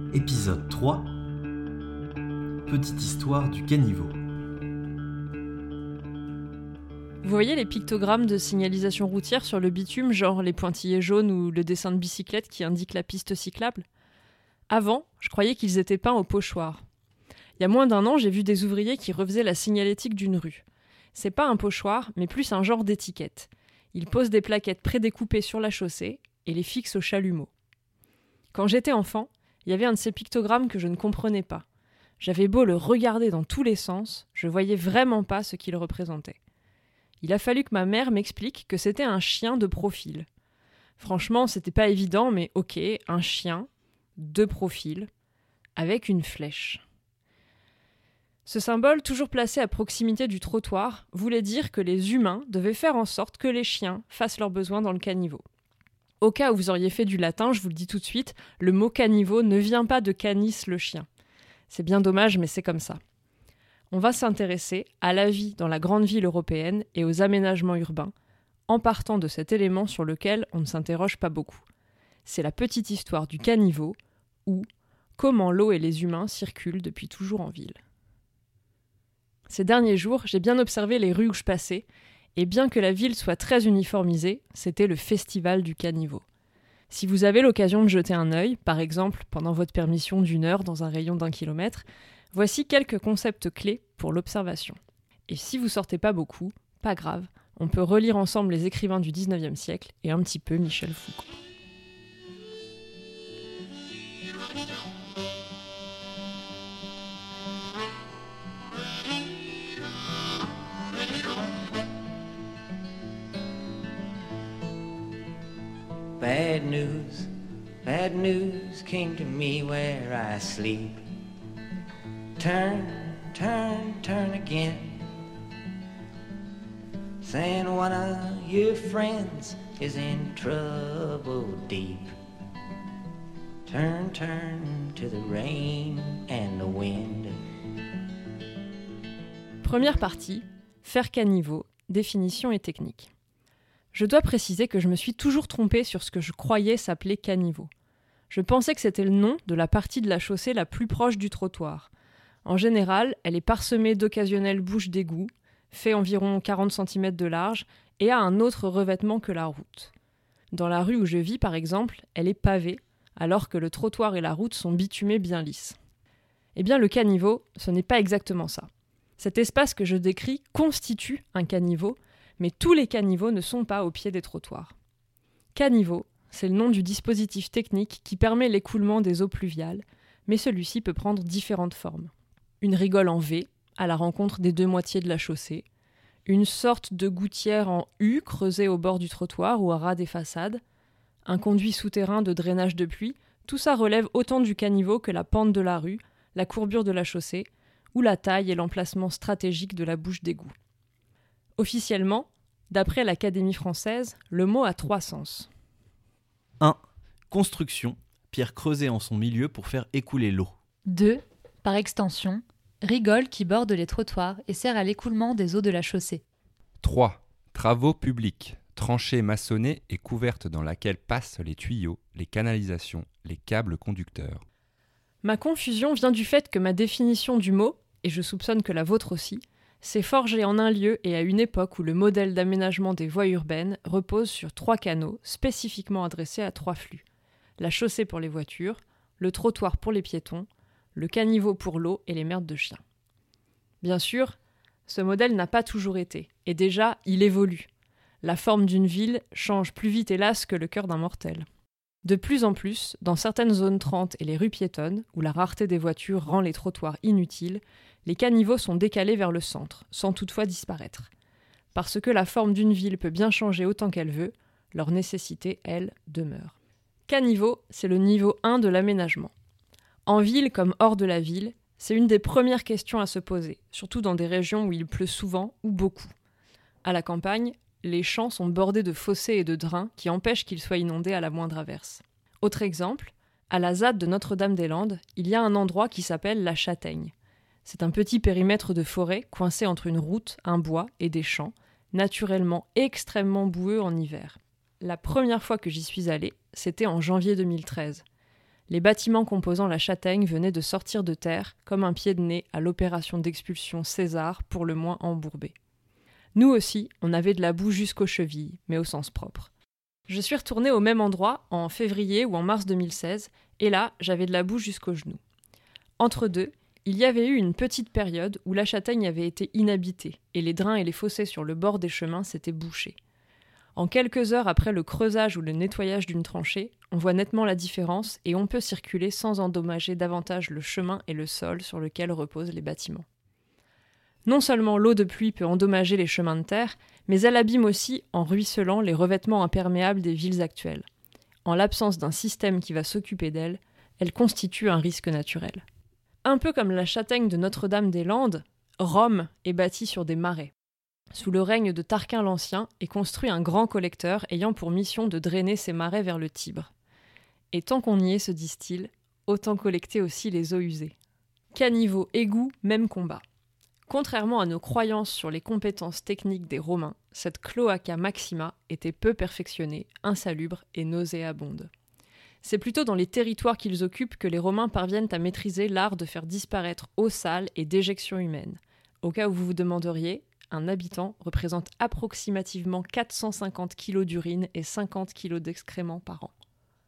Épisode 3. Petite histoire du caniveau. Vous voyez les pictogrammes de signalisation routière sur le bitume, genre les pointillés jaunes ou le dessin de bicyclette qui indique la piste cyclable ? Avant, je croyais qu'ils étaient peints au pochoir. Il y a moins d'un an, j'ai vu des ouvriers qui refaisaient la signalétique d'une rue. C'est pas un pochoir, mais plus un genre d'étiquette. Ils posent des plaquettes prédécoupées sur la chaussée et les fixent au chalumeau. Quand j'étais enfant, il y avait un de ces pictogrammes que je ne comprenais pas. J'avais beau le regarder dans tous les sens, je voyais vraiment pas ce qu'il représentait. Il a fallu que ma mère m'explique que c'était un chien de profil. Franchement, c'était pas évident, mais ok, un chien de profil, avec une flèche. Ce symbole, toujours placé à proximité du trottoir, voulait dire que les humains devaient faire en sorte que les chiens fassent leurs besoins dans le caniveau. Au cas où vous auriez fait du latin, je vous le dis tout de suite, le mot caniveau ne vient pas de canis le chien. C'est bien dommage, mais c'est comme ça. On va s'intéresser à la vie dans la grande ville européenne et aux aménagements urbains, en partant de cet élément sur lequel on ne s'interroge pas beaucoup. C'est la petite histoire du caniveau, ou comment l'eau et les humains circulent depuis toujours en ville. Ces derniers jours, j'ai bien observé les rues où je passais, et bien que la ville soit très uniformisée, c'était le festival du caniveau. Si vous avez l'occasion de jeter un œil, par exemple pendant votre permission d'1 heure dans un rayon d'1 kilomètre, voici quelques concepts clés pour l'observation. Et si vous sortez pas beaucoup, pas grave, on peut relire ensemble les écrivains du 19e siècle et un petit peu Michel Foucault. Bad news came to me where I sleep. Turn, turn, turn again. Saying one of your friends is in trouble deep. Turn, turn to the rain and the wind. Première partie, faire caniveau, définition et technique. Je dois préciser que je me suis toujours trompée sur ce que je croyais s'appeler caniveau. Je pensais que c'était le nom de la partie de la chaussée la plus proche du trottoir. En général, elle est parsemée d'occasionnelles bouches d'égout, fait environ 40 cm de large, et a un autre revêtement que la route. Dans la rue où je vis, par exemple, elle est pavée, alors que le trottoir et la route sont bitumés bien lisses. Eh bien, le caniveau, ce n'est pas exactement ça. Cet espace que je décris constitue un caniveau, mais tous les caniveaux ne sont pas au pied des trottoirs. Caniveau, c'est le nom du dispositif technique qui permet l'écoulement des eaux pluviales, mais celui-ci peut prendre différentes formes. Une rigole en V, à la rencontre des deux moitiés de la chaussée, une sorte de gouttière en U creusée au bord du trottoir ou à ras des façades, un conduit souterrain de drainage de pluie, tout ça relève autant du caniveau que la pente de la rue, la courbure de la chaussée, ou la taille et l'emplacement stratégique de la bouche d'égout. Officiellement, d'après l'Académie française, le mot a 3 sens. 1. Construction, pierre creusée en son milieu pour faire écouler l'eau. 2. Par extension, rigole qui borde les trottoirs et sert à l'écoulement des eaux de la chaussée. 3. Travaux publics, tranchées maçonnées et couvertes dans laquelle passent les tuyaux, les canalisations, les câbles conducteurs. Ma confusion vient du fait que ma définition du mot, et je soupçonne que la vôtre aussi, s'est forgée en un lieu et à une époque où le modèle d'aménagement des voies urbaines repose sur 3 canaux spécifiquement adressés à 3 flux. La chaussée pour les voitures, le trottoir pour les piétons, le caniveau pour l'eau et les merdes de chiens. Bien sûr, ce modèle n'a pas toujours été, et déjà, il évolue. La forme d'une ville change plus vite hélas que le cœur d'un mortel. De plus en plus, dans certaines zones 30 et les rues piétonnes, où la rareté des voitures rend les trottoirs inutiles, les caniveaux sont décalés vers le centre, sans toutefois disparaître. Parce que la forme d'une ville peut bien changer autant qu'elle veut, leur nécessité, elle, demeure. Caniveau, c'est le niveau 1 de l'aménagement. En ville comme hors de la ville, c'est une des premières questions à se poser, surtout dans des régions où il pleut souvent ou beaucoup. À la campagne, les champs sont bordés de fossés et de drains qui empêchent qu'ils soient inondés à la moindre averse. Autre exemple, à la ZAD de Notre-Dame-des-Landes, il y a un endroit qui s'appelle la Châtaigne. C'est un petit périmètre de forêt coincé entre une route, un bois et des champs, naturellement extrêmement boueux en hiver. La première fois que j'y suis allée, c'était en janvier 2013. Les bâtiments composant la châtaigne venaient de sortir de terre, comme un pied de nez à l'opération d'expulsion César, pour le moins embourbée. Nous aussi, on avait de la boue jusqu'aux chevilles, mais au sens propre. Je suis retournée au même endroit en février ou en mars 2016, et là, j'avais de la boue jusqu'aux genoux. Entre deux, il y avait eu une petite période où la châtaigne avait été inhabitée, et les drains et les fossés sur le bord des chemins s'étaient bouchés. En quelques heures après le creusage ou le nettoyage d'une tranchée, on voit nettement la différence et on peut circuler sans endommager davantage le chemin et le sol sur lequel reposent les bâtiments. Non seulement l'eau de pluie peut endommager les chemins de terre, mais elle abîme aussi en ruisselant les revêtements imperméables des villes actuelles. En l'absence d'un système qui va s'occuper d'elle, elle constitue un risque naturel. Un peu comme la châtaigne de Notre-Dame-des-Landes, Rome est bâtie sur des marais. Sous le règne de Tarquin l'Ancien est construit un grand collecteur ayant pour mission de drainer ces marais vers le Tibre. Et tant qu'on y est, se disent-ils, autant collecter aussi les eaux usées. Caniveau, égout, même combat. Contrairement à nos croyances sur les compétences techniques des Romains, cette cloaca maxima était peu perfectionnée, insalubre et nauséabonde. C'est plutôt dans les territoires qu'ils occupent que les Romains parviennent à maîtriser l'art de faire disparaître eau sale et déjection humaine. Au cas où vous vous demanderiez, un habitant représente approximativement 450 kg d'urine et 50 kg d'excréments par an.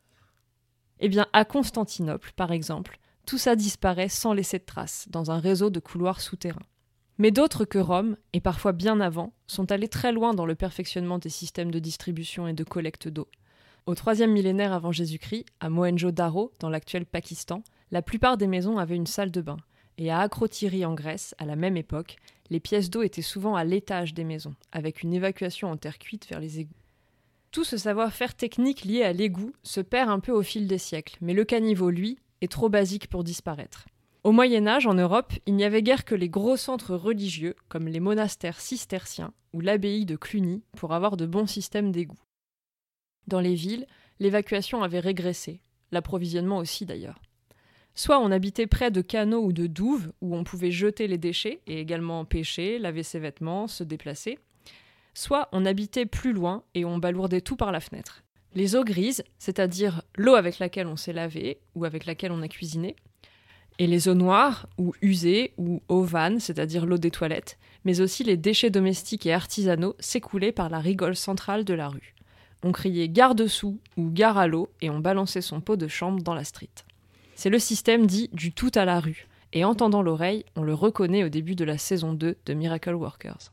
Eh bien, à Constantinople, par exemple, tout ça disparaît sans laisser de traces, dans un réseau de couloirs souterrains. Mais d'autres que Rome, et parfois bien avant, sont allés très loin dans le perfectionnement des systèmes de distribution et de collecte d'eau. Au 3e millénaire avant Jésus-Christ, à Mohenjo-Daro, dans l'actuel Pakistan, la plupart des maisons avaient une salle de bain. Et à Akrotiri en Grèce, à la même époque, les pièces d'eau étaient souvent à l'étage des maisons, avec une évacuation en terre cuite vers les égouts. Tout ce savoir-faire technique lié à l'égout se perd un peu au fil des siècles, mais le caniveau, lui, est trop basique pour disparaître. Au Moyen-Âge, en Europe, il n'y avait guère que les gros centres religieux, comme les monastères cisterciens ou l'abbaye de Cluny, pour avoir de bons systèmes d'égout. Dans les villes, l'évacuation avait régressé, l'approvisionnement aussi d'ailleurs. Soit on habitait près de canaux ou de douves où on pouvait jeter les déchets et également pêcher, laver ses vêtements, se déplacer. Soit on habitait plus loin et on balourdait tout par la fenêtre. Les eaux grises, c'est-à-dire l'eau avec laquelle on s'est lavé ou avec laquelle on a cuisiné, et les eaux noires ou usées ou eau vanne, c'est-à-dire l'eau des toilettes, mais aussi les déchets domestiques et artisanaux s'écoulaient par la rigole centrale de la rue. On criait « gare dessous » ou « gare à l'eau » et on balançait son pot de chambre dans la street. C'est le système dit du tout à la rue, et en tendant l'oreille, on le reconnaît au début de la saison 2 de Miracle Workers.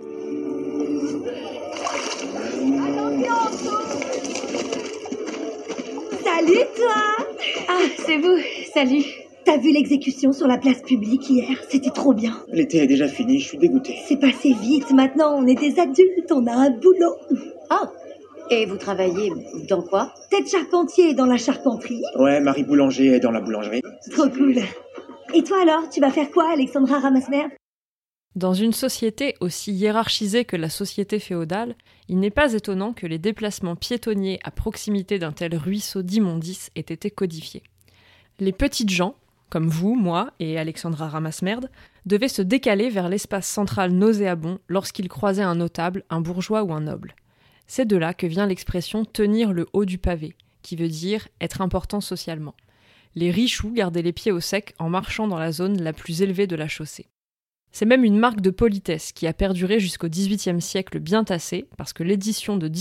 Salut toi! Ah, c'est vous, salut. T'as vu l'exécution sur la place publique hier? C'était trop bien. L'été est déjà fini, je suis dégoûté. C'est passé vite, maintenant on est des adultes, on a un boulot. Oh, et vous travaillez dans quoi? Tête charpentier dans la charpenterie. Ouais, Marie Boulanger est dans la boulangerie. Trop cool. Et toi alors, tu vas faire quoi, Alexandra Ramasmerd? Dans une société aussi hiérarchisée que la société féodale, il n'est pas étonnant que les déplacements piétonniers à proximité d'un tel ruisseau d'immondices aient été codifiés. Les petites gens, comme vous, moi et Alexandra Ramasmerd, devaient se décaler vers l'espace central nauséabond lorsqu'ils croisaient un notable, un bourgeois ou un noble. C'est de là que vient l'expression « tenir le haut du pavé », qui veut dire être important socialement. Les richoux gardaient les pieds au sec en marchant dans la zone la plus élevée de la chaussée. C'est même une marque de politesse qui a perduré jusqu'au XVIIIe siècle bien tassé, parce que l'édition de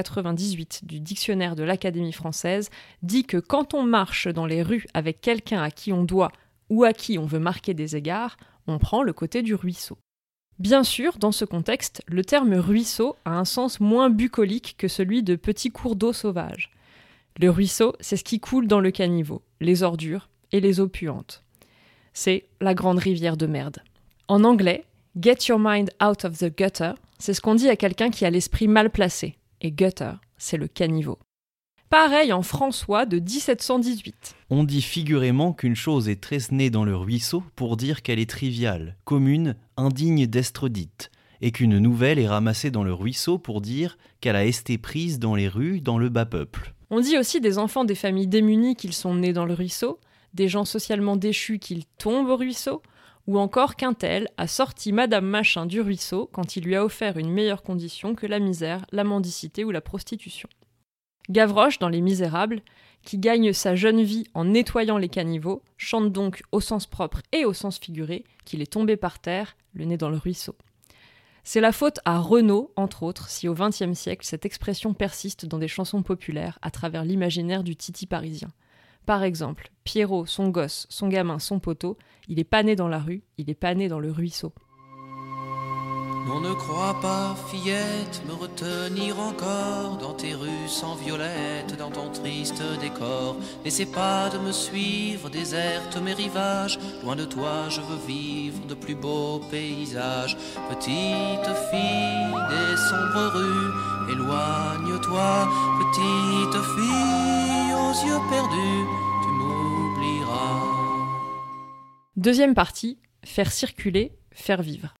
1798 du Dictionnaire de l'Académie française dit que quand on marche dans les rues avec quelqu'un à qui on doit ou à qui on veut marquer des égards, on prend le côté du ruisseau. Bien sûr, dans ce contexte, le terme ruisseau a un sens moins bucolique que celui de petit cours d'eau sauvage. Le ruisseau, c'est ce qui coule dans le caniveau, les ordures et les eaux puantes. C'est la grande rivière de merde. En anglais, « get your mind out of the gutter », c'est ce qu'on dit à quelqu'un qui a l'esprit mal placé. Et gutter, c'est le caniveau. Pareil en François de 1718. On dit figurément qu'une chose est tresnée dans le ruisseau pour dire qu'elle est triviale, commune, indigne d'être dite, et qu'une nouvelle est ramassée dans le ruisseau pour dire qu'elle a été prise dans les rues dans le bas peuple. On dit aussi des enfants des familles démunies qu'ils sont nés dans le ruisseau, des gens socialement déchus qu'ils tombent au ruisseau, ou encore qu'un tel a sorti Madame Machin du ruisseau quand il lui a offert une meilleure condition que la misère, la mendicité ou la prostitution. Gavroche, dans Les Misérables, qui gagne sa jeune vie en nettoyant les caniveaux, chante donc au sens propre et au sens figuré qu'il est tombé par terre, le nez dans le ruisseau. C'est la faute à Renaud, entre autres, si au XXe siècle, cette expression persiste dans des chansons populaires à travers l'imaginaire du titi parisien. Par exemple, Pierrot, son gosse, son gamin, son poteau, il est pas né dans la rue, il est pas né dans le ruisseau. Non, ne crois pas, fillette, me retenir encore dans tes rues sans violette, dans ton triste décor. N'essaie pas de me suivre, déserte mes rivages. Loin de toi, je veux vivre de plus beaux paysages. Petite fille des sombres rues, éloigne-toi. Petite fille aux yeux perdus, tu m'oublieras. Deuxième partie, faire circuler, faire vivre.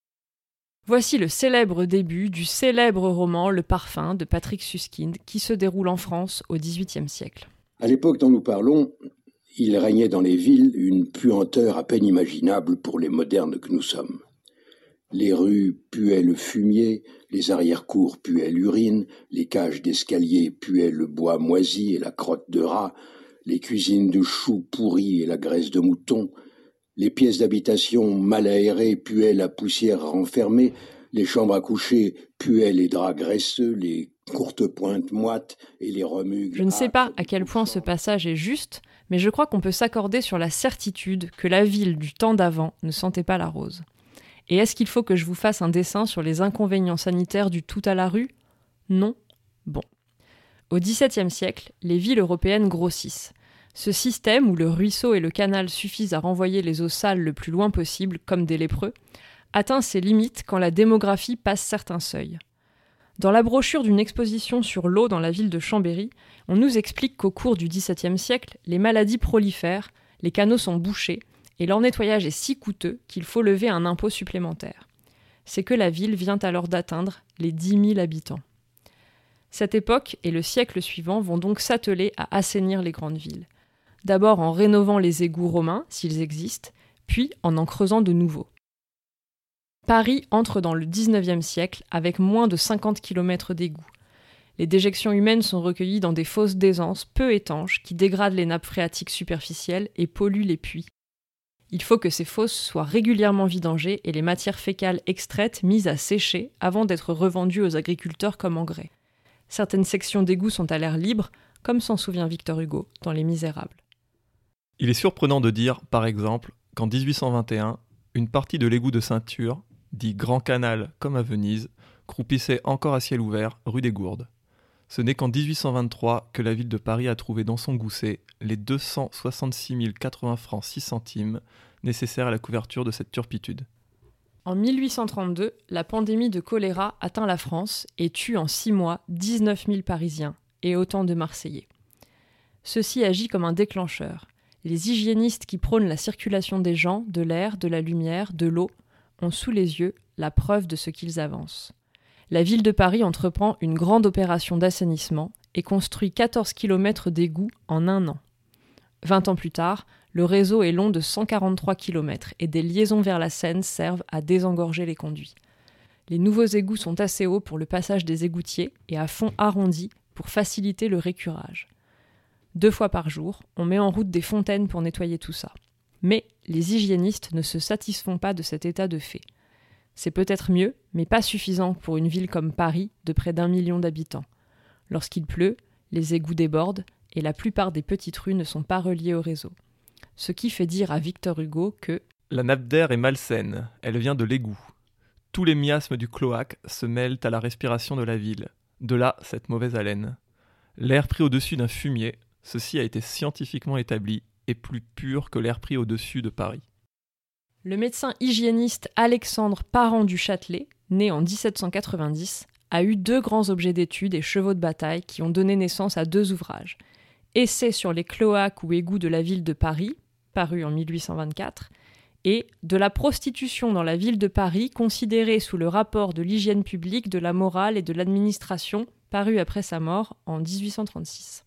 Voici le célèbre début du célèbre roman Le Parfum de Patrick Suskind qui se déroule en France au XVIIIe siècle. À l'époque dont nous parlons, il régnait dans les villes une puanteur à peine imaginable pour les modernes que nous sommes. Les rues puaient le fumier, les arrière-cours puaient l'urine, les cages d'escalier puaient le bois moisi et la crotte de rat, les cuisines de choux pourris et la graisse de mouton. Les pièces d'habitation mal aérées puaient la poussière renfermée, les chambres à coucher puaient les draps graisseux, les courtes pointes moites et les remugues. Je ne sais pas à quel point ce passage est juste, mais je crois qu'on peut s'accorder sur la certitude que la ville du temps d'avant ne sentait pas la rose. Et est-ce qu'il faut que je vous fasse un dessin sur les inconvénients sanitaires du tout à la rue ? Non ? Bon. Au XVIIe siècle, les villes européennes grossissent. Ce système, où le ruisseau et le canal suffisent à renvoyer les eaux sales le plus loin possible, comme des lépreux, atteint ses limites quand la démographie passe certains seuils. Dans la brochure d'une exposition sur l'eau dans la ville de Chambéry, on nous explique qu'au cours du XVIIe siècle, les maladies prolifèrent, les canaux sont bouchés, et leur nettoyage est si coûteux qu'il faut lever un impôt supplémentaire. C'est que la ville vient alors d'atteindre les 10 000 habitants. Cette époque et le siècle suivant vont donc s'atteler à assainir les grandes villes. D'abord en rénovant les égouts romains, s'ils existent, puis en creusant de nouveaux. Paris entre dans le XIXe siècle avec moins de 50 km d'égouts. Les déjections humaines sont recueillies dans des fosses d'aisance peu étanches qui dégradent les nappes phréatiques superficielles et polluent les puits. Il faut que ces fosses soient régulièrement vidangées et les matières fécales extraites mises à sécher avant d'être revendues aux agriculteurs comme engrais. Certaines sections d'égouts sont à l'air libre, comme s'en souvient Victor Hugo dans Les Misérables. Il est surprenant de dire, par exemple, qu'en 1821, une partie de l'égout de Ceinture, dit Grand Canal comme à Venise, croupissait encore à ciel ouvert rue des Gourdes. Ce n'est qu'en 1823 que la ville de Paris a trouvé dans son gousset les 266 080 francs 6 centimes nécessaires à la couverture de cette turpitude. En 1832, la pandémie de choléra atteint la France et tue en 6 mois 19 000 Parisiens et autant de Marseillais. Ceci agit comme un déclencheur. Les hygiénistes qui prônent la circulation des gens, de l'air, de la lumière, de l'eau, ont sous les yeux la preuve de ce qu'ils avancent. La ville de Paris entreprend une grande opération d'assainissement et construit 14 km d'égouts en 1 an. 20 ans plus tard, le réseau est long de 143 km et des liaisons vers la Seine servent à désengorger les conduits. Les nouveaux égouts sont assez hauts pour le passage des égoutiers et à fond arrondi pour faciliter le récurage. 2 fois par jour, on met en route des fontaines pour nettoyer tout ça. Mais les hygiénistes ne se satisfont pas de cet état de fait. C'est peut-être mieux, mais pas suffisant pour une ville comme Paris de près d'1 million d'habitants. Lorsqu'il pleut, les égouts débordent et la plupart des petites rues ne sont pas reliées au réseau. Ce qui fait dire à Victor Hugo que « La nappe d'air est malsaine, elle vient de l'égout. Tous les miasmes du cloaque se mêlent à la respiration de la ville. De là, cette mauvaise haleine. L'air pris au-dessus d'un fumier, ceci a été scientifiquement établi, est plus pur que l'air pris au-dessus de Paris. » Le médecin hygiéniste Alexandre Parent du Châtelet, né en 1790, a eu 2 grands objets d'étude et chevaux de bataille qui ont donné naissance à 2 ouvrages. Essai sur les cloaques ou égouts de la ville de Paris, paru en 1824, et De la prostitution dans la ville de Paris, considérée sous le rapport de l'hygiène publique, de la morale et de l'administration, paru après sa mort en 1836.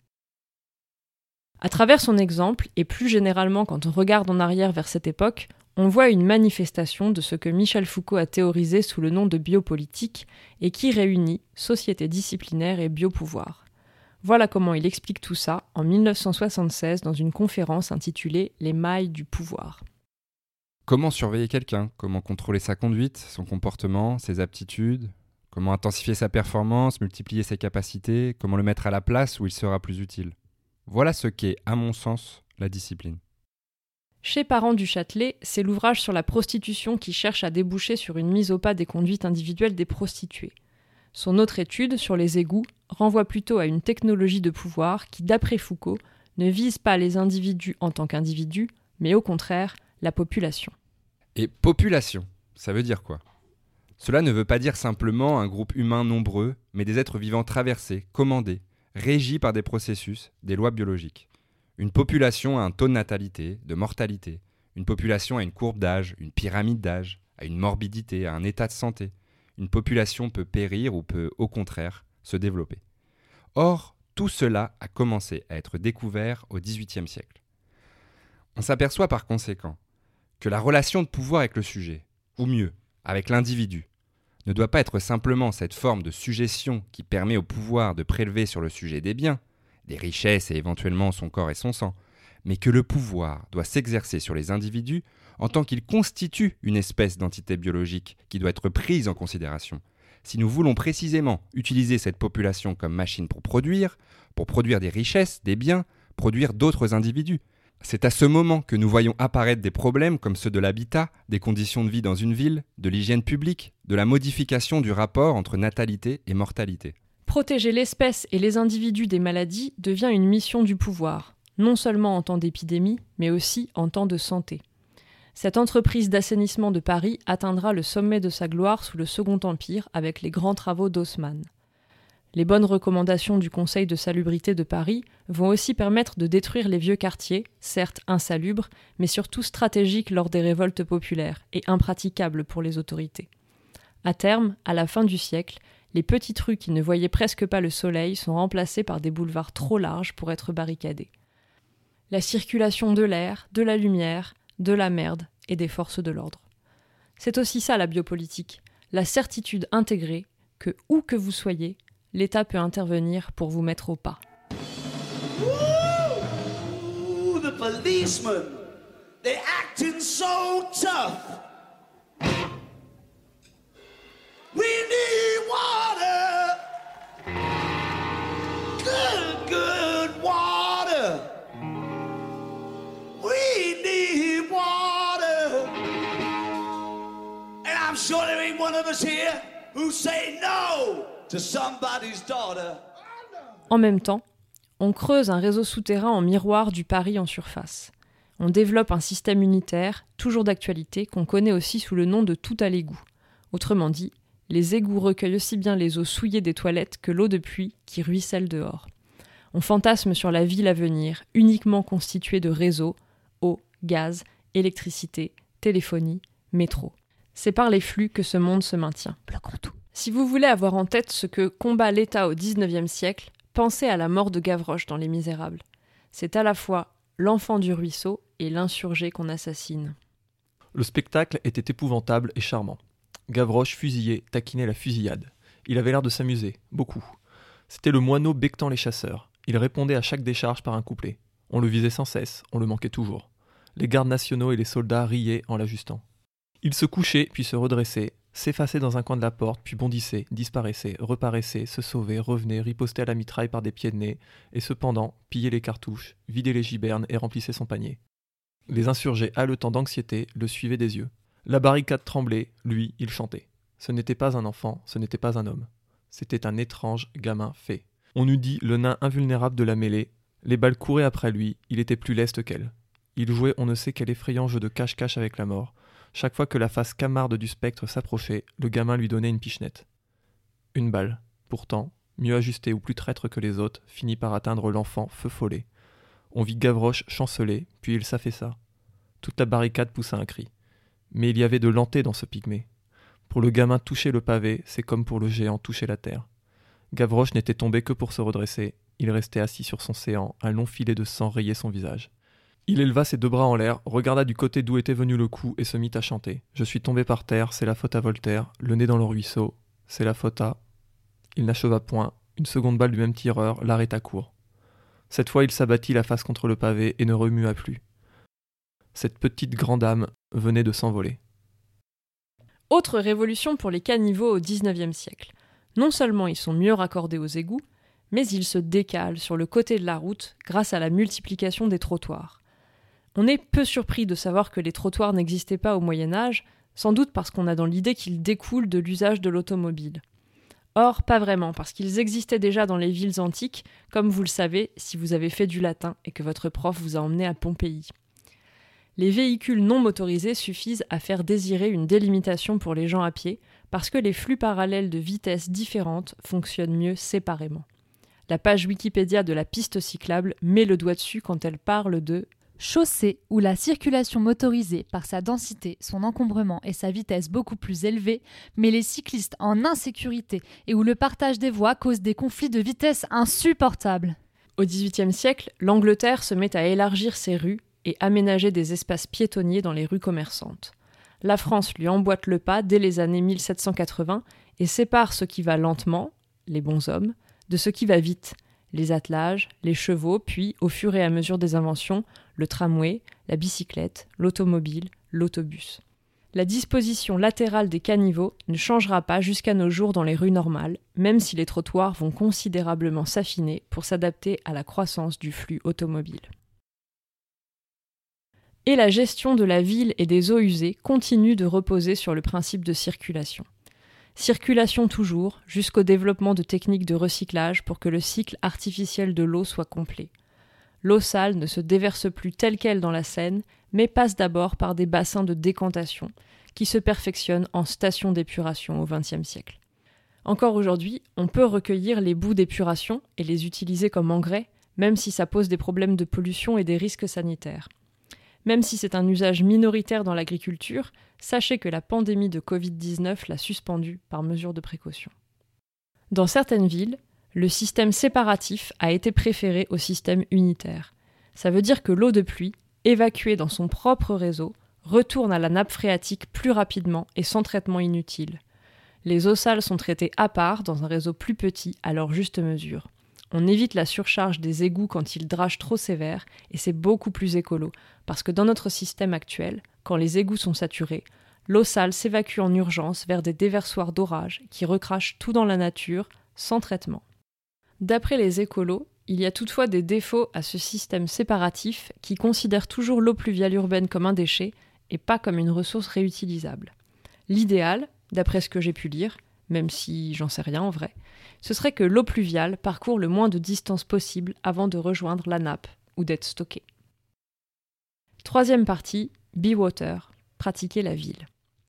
À travers son exemple, et plus généralement quand on regarde en arrière vers cette époque, on voit une manifestation de ce que Michel Foucault a théorisé sous le nom de biopolitique et qui réunit société disciplinaire et biopouvoir. Voilà comment il explique tout ça en 1976 dans une conférence intitulée « Les mailles du pouvoir ». Comment surveiller quelqu'un ? Comment contrôler sa conduite, son comportement, ses aptitudes ? Comment intensifier sa performance, multiplier ses capacités ? Comment le mettre à la place où il sera plus utile ? Voilà ce qu'est, à mon sens, la discipline. Chez Parent du Châtelet, c'est l'ouvrage sur la prostitution qui cherche à déboucher sur une mise au pas des conduites individuelles des prostituées. Son autre étude, sur les égouts, renvoie plutôt à une technologie de pouvoir qui, d'après Foucault, ne vise pas les individus en tant qu'individus, mais au contraire, la population. Et population, ça veut dire quoi ? Cela ne veut pas dire simplement un groupe humain nombreux, mais des êtres vivants traversés, commandés, régis par des processus, des lois biologiques. Une population a un taux de natalité, de mortalité. Une population a une courbe d'âge, une pyramide d'âge, a une morbidité, a un état de santé. Une population peut périr ou peut, au contraire, se développer. Or, tout cela a commencé à être découvert au XVIIIe siècle. On s'aperçoit par conséquent que la relation de pouvoir avec le sujet, ou mieux, avec l'individu, ne doit pas être simplement cette forme de sujétion qui permet au pouvoir de prélever sur le sujet des biens, des richesses et éventuellement son corps et son sang, mais que le pouvoir doit s'exercer sur les individus en tant qu'il constitue une espèce d'entité biologique qui doit être prise en considération. Si nous voulons précisément utiliser cette population comme machine pour produire des richesses, des biens, produire d'autres individus, c'est à ce moment que nous voyons apparaître des problèmes comme ceux de l'habitat, des conditions de vie dans une ville, de l'hygiène publique, de la modification du rapport entre natalité et mortalité. Protéger l'espèce et les individus des maladies devient une mission du pouvoir, non seulement en temps d'épidémie, mais aussi en temps de santé. Cette entreprise d'assainissement de Paris atteindra le sommet de sa gloire sous le Second Empire avec les grands travaux d'Haussmann. Les bonnes recommandations du Conseil de salubrité de Paris vont aussi permettre de détruire les vieux quartiers, certes insalubres, mais surtout stratégiques lors des révoltes populaires et impraticables pour les autorités. À terme, à la fin du siècle, les petites rues qui ne voyaient presque pas le soleil sont remplacées par des boulevards trop larges pour être barricadés. La circulation de l'air, de la lumière, de la merde et des forces de l'ordre. C'est aussi ça la biopolitique, la certitude intégrée que, où que vous soyez, l'État peut intervenir pour vous mettre au pas. Ooh, the policemen, they're acting so tough. We need water, good water. We need water. And I'm sure there ain't one of us here who say no to somebody's daughter. En même temps, on creuse un réseau souterrain en miroir du Paris en surface. On développe un système unitaire, toujours d'actualité, qu'on connaît aussi sous le nom de tout à l'égout. Autrement dit, les égouts recueillent aussi bien les eaux souillées des toilettes que l'eau de pluie qui ruisselle dehors. On fantasme sur la ville à venir, uniquement constituée de réseaux, eau, gaz, électricité, téléphonie, métro. C'est par les flux que ce monde se maintient. Bloquons tout. Si vous voulez avoir en tête ce que combat l'État au XIXe siècle, pensez à la mort de Gavroche dans Les Misérables. C'est à la fois l'enfant du ruisseau et l'insurgé qu'on assassine. Le spectacle était épouvantable et charmant. Gavroche fusillait, taquinait la fusillade. Il avait l'air de s'amuser, beaucoup. C'était le moineau becquetant les chasseurs. Il répondait à chaque décharge par un couplet. On le visait sans cesse, on le manquait toujours. Les gardes nationaux et les soldats riaient en l'ajustant. Il se couchait, puis se redressait, s'effaçait dans un coin de la porte, puis bondissait, disparaissait, reparaissait, se sauvait, revenait, ripostait à la mitraille par des pieds de nez, et cependant pillait les cartouches, vidait les gibernes et remplissait son panier. Les insurgés haletants d'anxiété le suivaient des yeux. La barricade tremblait, lui, il chantait. Ce n'était pas un enfant, ce n'était pas un homme. C'était un étrange gamin fait. On eût dit le nain invulnérable de la mêlée. Les balles couraient après lui, il était plus leste qu'elle. Il jouait on ne sait quel effrayant jeu de cache-cache avec la mort. Chaque fois que la face camarde du spectre s'approchait, le gamin lui donnait une pichenette. Une balle, pourtant, mieux ajustée ou plus traître que les autres, finit par atteindre l'enfant feu follet. On vit Gavroche chanceler, puis il s'affaissa. Toute la barricade poussa un cri. Mais il y avait de l'anté dans ce pygmée. Pour le gamin toucher le pavé, c'est comme pour le géant toucher la terre. Gavroche n'était tombé que pour se redresser. Il restait assis sur son séant, un long filet de sang rayait son visage. Il éleva ses deux bras en l'air, regarda du côté d'où était venu le coup et se mit à chanter. « Je suis tombé par terre, c'est la faute à Voltaire, le nez dans le ruisseau, c'est la faute à... » Il n'acheva point, une seconde balle du même tireur l'arrêta court. Cette fois, il s'abattit la face contre le pavé et ne remua plus. Cette petite grande âme venait de s'envoler. Autre révolution pour les caniveaux au XIXe siècle. Non seulement ils sont mieux raccordés aux égouts, mais ils se décalent sur le côté de la route grâce à la multiplication des trottoirs. On est peu surpris de savoir que les trottoirs n'existaient pas au Moyen-Âge, sans doute parce qu'on a dans l'idée qu'ils découlent de l'usage de l'automobile. Or, pas vraiment, parce qu'ils existaient déjà dans les villes antiques, comme vous le savez si vous avez fait du latin et que votre prof vous a emmené à Pompéi. Les véhicules non motorisés suffisent à faire désirer une délimitation pour les gens à pied, parce que les flux parallèles de vitesses différentes fonctionnent mieux séparément. La page Wikipédia de la piste cyclable met le doigt dessus quand elle parle de chaussée où la circulation motorisée, par sa densité, son encombrement et sa vitesse beaucoup plus élevée, met les cyclistes en insécurité et où le partage des voies cause des conflits de vitesse insupportables. Au XVIIIe siècle, l'Angleterre se met à élargir ses rues et aménager des espaces piétonniers dans les rues commerçantes. La France lui emboîte le pas dès les années 1780 et sépare ce qui va lentement, les bons hommes, de ce qui va vite, les attelages, les chevaux, puis, au fur et à mesure des inventions, le tramway, la bicyclette, l'automobile, l'autobus. La disposition latérale des caniveaux ne changera pas jusqu'à nos jours dans les rues normales, même si les trottoirs vont considérablement s'affiner pour s'adapter à la croissance du flux automobile. Et la gestion de la ville et des eaux usées continue de reposer sur le principe de circulation. Circulation toujours, jusqu'au développement de techniques de recyclage pour que le cycle artificiel de l'eau soit complet. L'eau sale ne se déverse plus telle qu'elle dans la Seine, mais passe d'abord par des bassins de décantation, qui se perfectionnent en stations d'épuration au XXe siècle. Encore aujourd'hui, on peut recueillir les boues d'épuration et les utiliser comme engrais, même si ça pose des problèmes de pollution et des risques sanitaires. Même si c'est un usage minoritaire dans l'agriculture, sachez que la pandémie de Covid-19 l'a suspendu par mesure de précaution. Dans certaines villes, le système séparatif a été préféré au système unitaire. Ça veut dire que l'eau de pluie, évacuée dans son propre réseau, retourne à la nappe phréatique plus rapidement et sans traitement inutile. Les eaux sales sont traitées à part dans un réseau plus petit à leur juste mesure. On évite la surcharge des égouts quand ils dragent trop sévère et c'est beaucoup plus écolo, parce que dans notre système actuel, quand les égouts sont saturés, l'eau sale s'évacue en urgence vers des déversoirs d'orage qui recrachent tout dans la nature sans traitement. D'après les écolos, il y a toutefois des défauts à ce système séparatif qui considère toujours l'eau pluviale urbaine comme un déchet et pas comme une ressource réutilisable. L'idéal, d'après ce que j'ai pu lire, même si j'en sais rien en vrai, ce serait que l'eau pluviale parcourt le moins de distance possible avant de rejoindre la nappe ou d'être stockée. Troisième partie, Be Water, pratiquer la ville.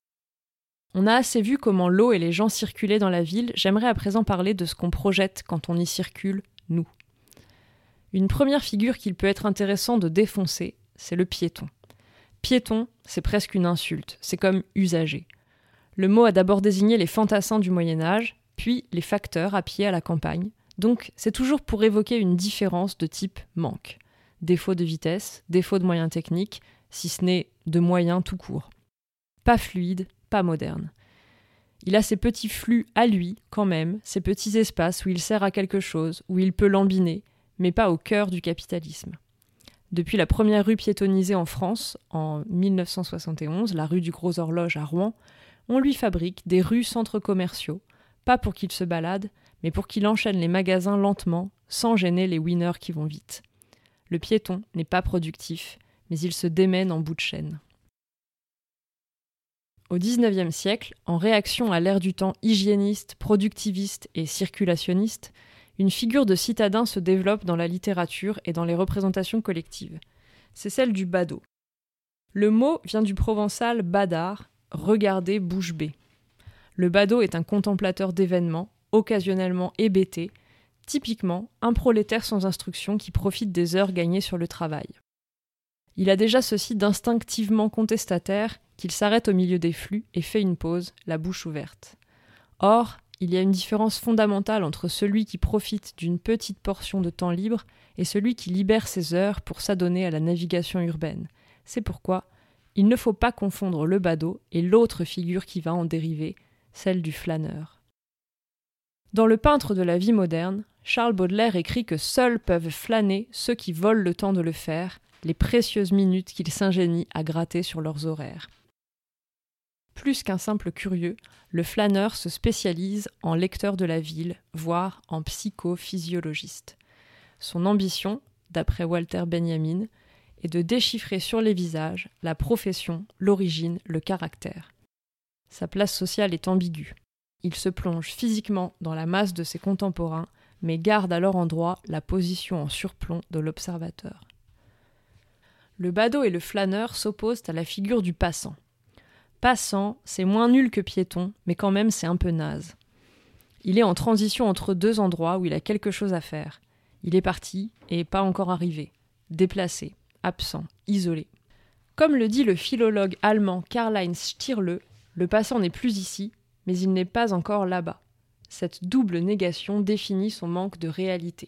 On a assez vu comment l'eau et les gens circulaient dans la ville, j'aimerais à présent parler de ce qu'on projette quand on y circule, nous. Une première figure qu'il peut être intéressant de défoncer, c'est le piéton. Piéton, c'est presque une insulte, c'est comme usager. Le mot a d'abord désigné les fantassins du Moyen-Âge, puis les facteurs à pied à la campagne, donc c'est toujours pour évoquer une différence de type manque. Défaut de vitesse, défaut de moyens techniques, si ce n'est de moyens tout court. Pas fluide, pas moderne. Il a ses petits flux à lui, quand même, ses petits espaces où il sert à quelque chose, où il peut lambiner, mais pas au cœur du capitalisme. Depuis la première rue piétonnisée en France, en 1971, la rue du Gros Horloge à Rouen, on lui fabrique des rues centres commerciaux, pas pour qu'il se balade, mais pour qu'il enchaîne les magasins lentement, sans gêner les winners qui vont vite. Le piéton n'est pas productif, mais il se démène en bout de chaîne. Au XIXe siècle, en réaction à l'ère du temps hygiéniste, productiviste et circulationniste, une figure de citadin se développe dans la littérature et dans les représentations collectives. C'est celle du badaud. Le mot vient du provençal badar, regarder bouche bée. Le badaud est un contemplateur d'événements, occasionnellement hébété, typiquement un prolétaire sans instruction qui profite des heures gagnées sur le travail. Il a déjà ceci d'instinctivement contestataire qu'il s'arrête au milieu des flux et fait une pause, la bouche ouverte. Or, il y a une différence fondamentale entre celui qui profite d'une petite portion de temps libre et celui qui libère ses heures pour s'adonner à la navigation urbaine. C'est pourquoi il ne faut pas confondre le badaud et l'autre figure qui va en dériver, celle du flâneur. Dans Le peintre de la vie moderne, Charles Baudelaire écrit que seuls peuvent flâner ceux qui volent le temps de le faire, les précieuses minutes qu'ils s'ingénient à gratter sur leurs horaires. Plus qu'un simple curieux, le flâneur se spécialise en lecteur de la ville, voire en psychophysiologiste. Son ambition, d'après Walter Benjamin, est de déchiffrer sur les visages la profession, l'origine, le caractère. Sa place sociale est ambiguë. Il se plonge physiquement dans la masse de ses contemporains, mais garde à leur endroit la position en surplomb de l'observateur. Le badaud et le flâneur s'opposent à la figure du passant. Passant, c'est moins nul que piéton, mais quand même c'est un peu naze. Il est en transition entre deux endroits où il a quelque chose à faire. Il est parti et pas encore arrivé. Déplacé, absent, isolé. Comme le dit le philologue allemand Karl-Heinz Stierle, le passant n'est plus ici, mais il n'est pas encore là-bas. Cette double négation définit son manque de réalité.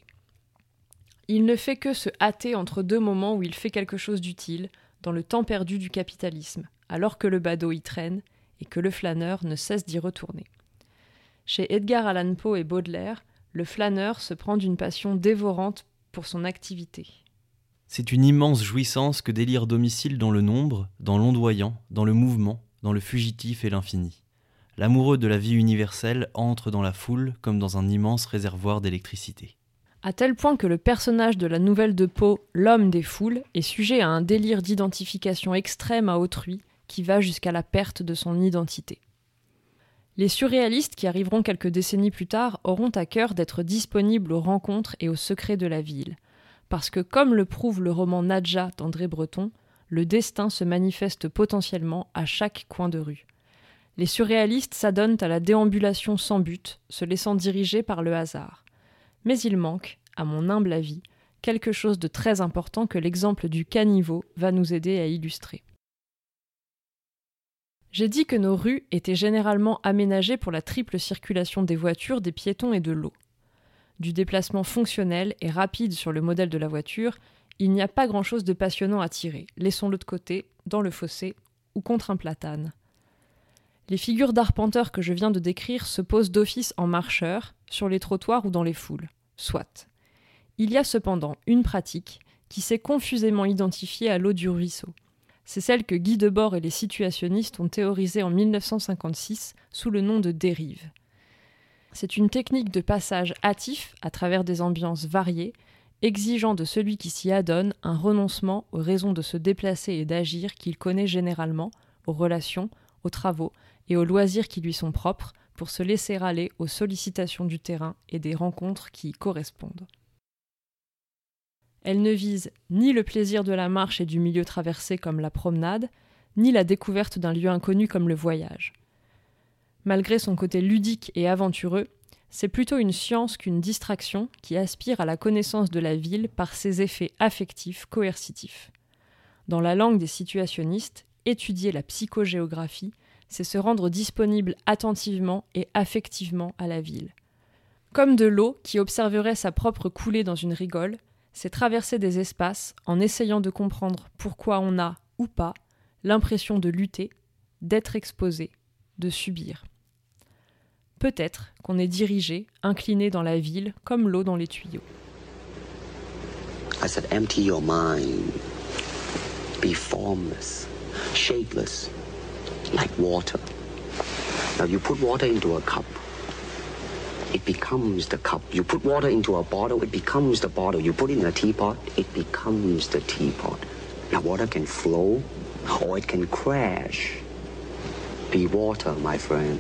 Il ne fait que se hâter entre deux moments où il fait quelque chose d'utile, dans le temps perdu du capitalisme, alors que le badaud y traîne et que le flâneur ne cesse d'y retourner. Chez Edgar Allan Poe et Baudelaire, le flâneur se prend d'une passion dévorante pour son activité. C'est une immense jouissance que délire domicile dans le nombre, dans l'ondoyant, dans le mouvement, dans le fugitif et l'infini. L'amoureux de la vie universelle entre dans la foule comme dans un immense réservoir d'électricité. À tel point que le personnage de la nouvelle de Poe, l'homme des foules, est sujet à un délire d'identification extrême à autrui qui va jusqu'à la perte de son identité. Les surréalistes qui arriveront quelques décennies plus tard auront à cœur d'être disponibles aux rencontres et aux secrets de la ville, parce que comme le prouve le roman Nadja d'André Breton, le destin se manifeste potentiellement à chaque coin de rue. Les surréalistes s'adonnent à la déambulation sans but, se laissant diriger par le hasard. Mais il manque, à mon humble avis, quelque chose de très important que l'exemple du caniveau va nous aider à illustrer. J'ai dit que nos rues étaient généralement aménagées pour la triple circulation des voitures, des piétons et de l'eau. Du déplacement fonctionnel et rapide sur le modèle de la voiture, il n'y a pas grand-chose de passionnant à tirer. Laissons-le de côté, dans le fossé ou contre un platane. Les figures d'arpenteurs que je viens de décrire se posent d'office en marcheurs, sur les trottoirs ou dans les foules. Soit. Il y a cependant une pratique qui s'est confusément identifiée à l'eau du ruisseau. C'est celle que Guy Debord et les situationnistes ont théorisée en 1956 sous le nom de dérive. C'est une technique de passage hâtif à travers des ambiances variées, exigeant de celui qui s'y adonne un renoncement aux raisons de se déplacer et d'agir qu'il connaît généralement, aux relations, aux travaux et aux loisirs qui lui sont propres, pour se laisser aller aux sollicitations du terrain et des rencontres qui y correspondent. Elle ne vise ni le plaisir de la marche et du milieu traversé comme la promenade, ni la découverte d'un lieu inconnu comme le voyage. Malgré son côté ludique et aventureux, c'est plutôt une science qu'une distraction qui aspire à la connaissance de la ville par ses effets affectifs coercitifs. Dans la langue des situationnistes, étudier la psychogéographie, c'est se rendre disponible attentivement et affectivement à la ville. Comme de l'eau qui observerait sa propre coulée dans une rigole, c'est traverser des espaces en essayant de comprendre pourquoi on a, ou pas, l'impression de lutter, d'être exposé, de subir. Peut-être qu'on est dirigé, incliné dans la ville, comme l'eau dans les tuyaux. I said, empty your mind. Be formless, shapeless, like water. Now you put water into a cup. It becomes the cup. You put water into a bottle, it becomes the bottle. You put it in a teapot, it becomes the teapot. Now water can flow or it can crash. Be water, my friend.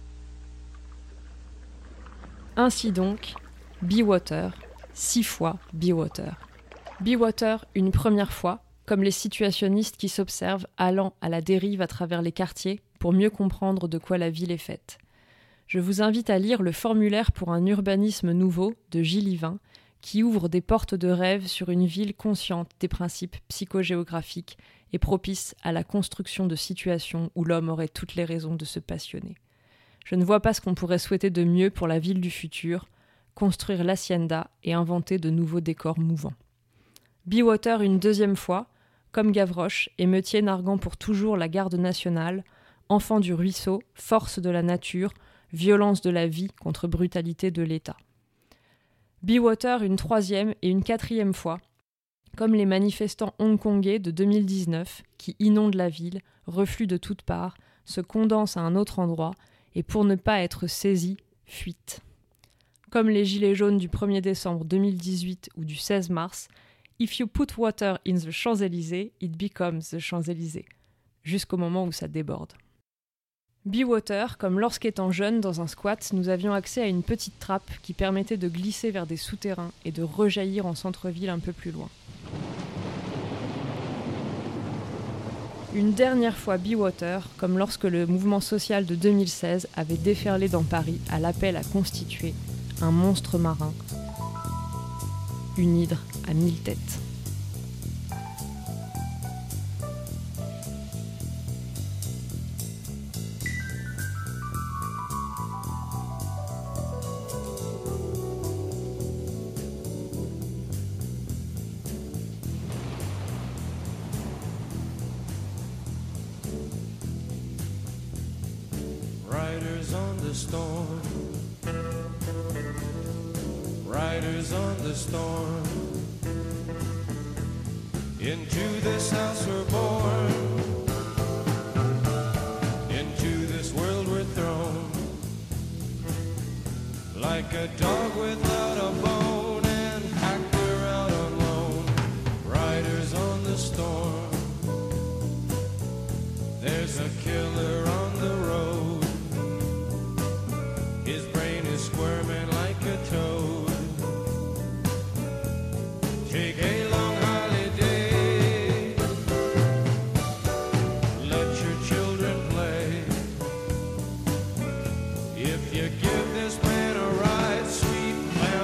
Ainsi donc, Be Water, 6 fois Be Water. Be Water une première fois, comme les situationnistes qui s'observent allant à la dérive à travers les quartiers pour mieux comprendre de quoi la ville est faite. Je vous invite à lire le formulaire pour un urbanisme nouveau de Gilles Yvain, qui ouvre des portes de rêve sur une ville consciente des principes psychogéographiques et propice à la construction de situations où l'homme aurait toutes les raisons de se passionner. Je ne vois pas ce qu'on pourrait souhaiter de mieux pour la ville du futur, construire l'hacienda et inventer de nouveaux décors mouvants. Be Water une deuxième fois, comme Gavroche, émeutier narguant pour toujours la garde nationale, enfant du ruisseau, force de la nature, violence de la vie contre brutalité de l'État. Be Water une 3e et une 4e fois, comme les manifestants hongkongais de 2019 qui inondent la ville, refluent de toutes parts, se condensent à un autre endroit et pour ne pas être saisis, fuitent. Comme les gilets jaunes du 1er décembre 2018 ou du 16 mars, If you put water in the Champs-Élysées, it becomes the Champs-Élysées, jusqu'au moment où ça déborde. Be Water, comme lorsqu'étant jeune dans un squat, nous avions accès à une petite trappe qui permettait de glisser vers des souterrains et de rejaillir en centre-ville un peu plus loin. Une dernière fois Be Water, comme lorsque le mouvement social de 2016 avait déferlé dans Paris à l'appel à constituer un monstre marin, une hydre à 1000 têtes. Riders on the storm, riders on the storm. Into this house we're born, into this world we're thrown, like a dog without a bone and actor out on loan. Riders on the storm, there's a killer on the road. His brain is squirming like a toad. Take a long holiday, let your children play. If you give this man a ride, sweet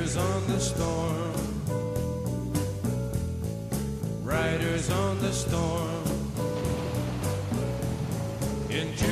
Riders on the storm. Riders on the storm. Into